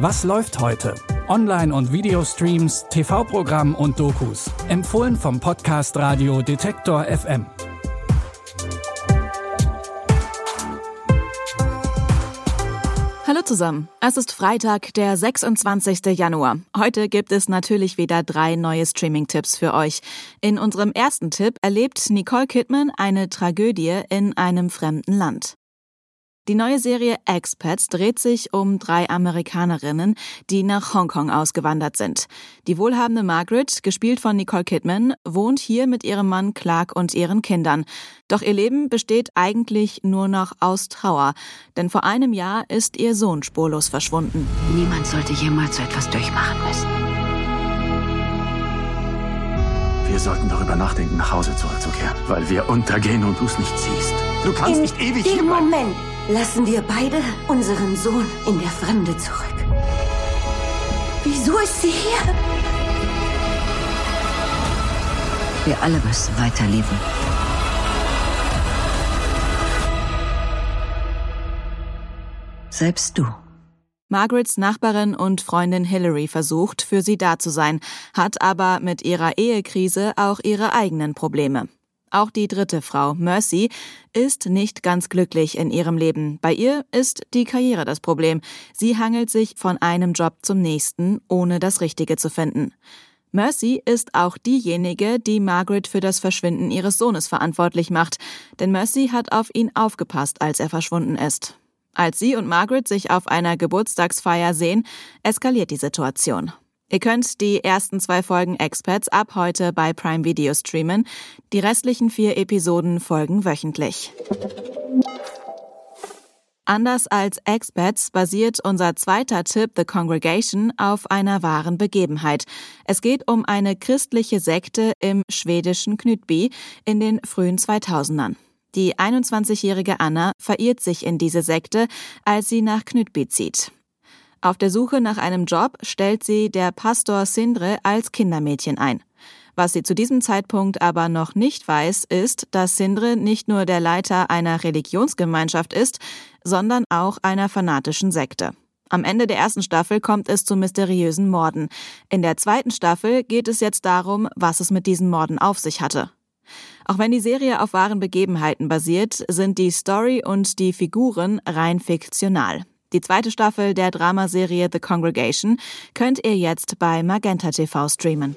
Was läuft heute? Online- und Videostreams, TV-Programm und Dokus. Empfohlen vom Podcast Radio Detektor FM. Hallo zusammen, es ist Freitag, der 26. Januar. Heute gibt es natürlich wieder 3 neue Streaming-Tipps für euch. In unserem ersten Tipp erlebt Nicole Kidman eine Tragödie in einem fremden Land. Die neue Serie Expats dreht sich um 3 Amerikanerinnen, die nach Hongkong ausgewandert sind. Die wohlhabende Margaret, gespielt von Nicole Kidman, wohnt hier mit ihrem Mann Clark und ihren Kindern. Doch ihr Leben besteht eigentlich nur noch aus Trauer, denn vor einem Jahr ist ihr Sohn spurlos verschwunden. Niemand sollte jemals so etwas durchmachen müssen. Wir sollten darüber nachdenken, nach Hause zurückzukehren, weil wir untergehen und du es nicht siehst. Du kannst nicht ewig hier bleiben. Moment lassen wir beide unseren Sohn in der Fremde zurück. Wieso ist sie hier? Wir alle müssen weiterleben. Selbst du. Margarets Nachbarin und Freundin Hillary versucht, für sie da zu sein, hat aber mit ihrer Ehekrise auch ihre eigenen Probleme. Auch die 3. Frau, Mercy, ist nicht ganz glücklich in ihrem Leben. Bei ihr ist die Karriere das Problem. Sie hangelt sich von einem Job zum nächsten, ohne das Richtige zu finden. Mercy ist auch diejenige, die Margaret für das Verschwinden ihres Sohnes verantwortlich macht, denn Mercy hat auf ihn aufgepasst, als er verschwunden ist. Als sie und Margaret sich auf einer Geburtstagsfeier sehen, eskaliert die Situation. Ihr könnt die ersten 2 Folgen Expats ab heute bei Prime Video streamen. Die restlichen 4 Episoden folgen wöchentlich. Anders als Expats basiert unser zweiter Tipp, The Congregation, auf einer wahren Begebenheit. Es geht um eine christliche Sekte im schwedischen Knutby in den frühen 2000ern. Die 21-jährige Anna verirrt sich in diese Sekte, als sie nach Knutby zieht. Auf der Suche nach einem Job stellt sie der Pastor Sindre als Kindermädchen ein. Was sie zu diesem Zeitpunkt aber noch nicht weiß, ist, dass Sindre nicht nur der Leiter einer Religionsgemeinschaft ist, sondern auch einer fanatischen Sekte. Am Ende der 1. Staffel kommt es zu mysteriösen Morden. In der 2. Staffel geht es jetzt darum, was es mit diesen Morden auf sich hatte. Auch wenn die Serie auf wahren Begebenheiten basiert, sind die Story und die Figuren rein fiktional. Die 2. Staffel der Dramaserie The Congregation könnt ihr jetzt bei Magenta TV streamen.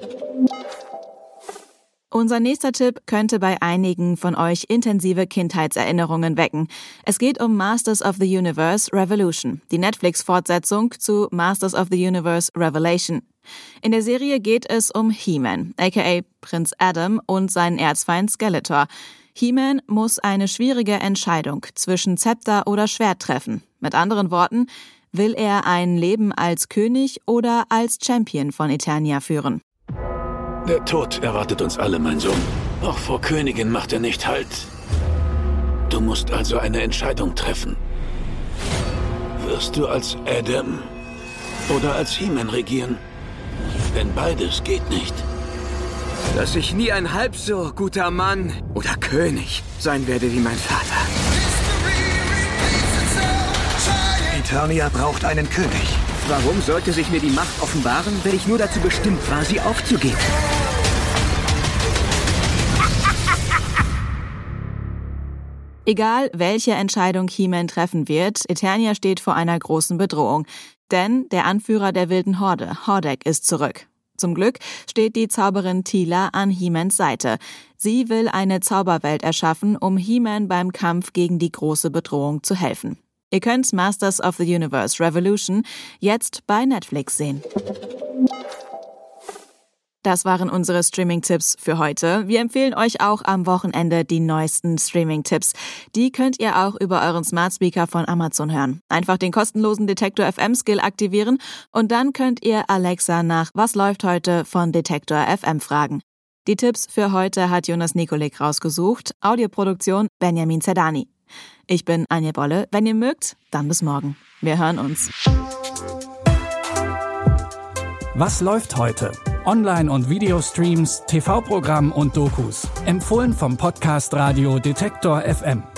Unser nächster Tipp könnte bei einigen von euch intensive Kindheitserinnerungen wecken. Es geht um Masters of the Universe Revolution, die Netflix-Fortsetzung zu Masters of the Universe Revelation. In der Serie geht es um He-Man, aka Prinz Adam, und seinen Erzfeind Skeletor. He-Man muss eine schwierige Entscheidung zwischen Zepter oder Schwert treffen. Mit anderen Worten, will er ein Leben als König oder als Champion von Eternia führen? Der Tod erwartet uns alle, mein Sohn. Auch vor Königin macht er nicht Halt. Du musst also eine Entscheidung treffen. Wirst du als Adam oder als He-Man regieren? Denn beides geht nicht. Dass ich nie ein halb so guter Mann oder König sein werde wie mein Vater. Eternia braucht einen König. Warum sollte sich mir die Macht offenbaren, wenn ich nur dazu bestimmt war, sie aufzugeben? Egal, welche Entscheidung He-Man treffen wird, Eternia steht vor einer großen Bedrohung. Denn der Anführer der wilden Horde, Hordak, ist zurück. Zum Glück steht die Zauberin Teela an He-Mans Seite. Sie will eine Zauberwelt erschaffen, um He-Man beim Kampf gegen die große Bedrohung zu helfen. Ihr könnt Masters of the Universe Revolution jetzt bei Netflix sehen. Das waren unsere Streaming-Tipps für heute. Wir empfehlen euch auch am Wochenende die neuesten Streaming-Tipps. Die könnt ihr auch über euren Smart Speaker von Amazon hören. Einfach den kostenlosen Detektor FM Skill aktivieren und dann könnt ihr Alexa nach Was läuft heute von Detektor FM fragen. Die Tipps für heute hat Jonas Nikolik rausgesucht. Audioproduktion Benjamin Zerdani. Ich bin Anja Bolle. Wenn ihr mögt, dann bis morgen. Wir hören uns. Was läuft heute? Online- und Videostreams, TV-Programm und Dokus. Empfohlen vom Podcast Radio Detektor FM.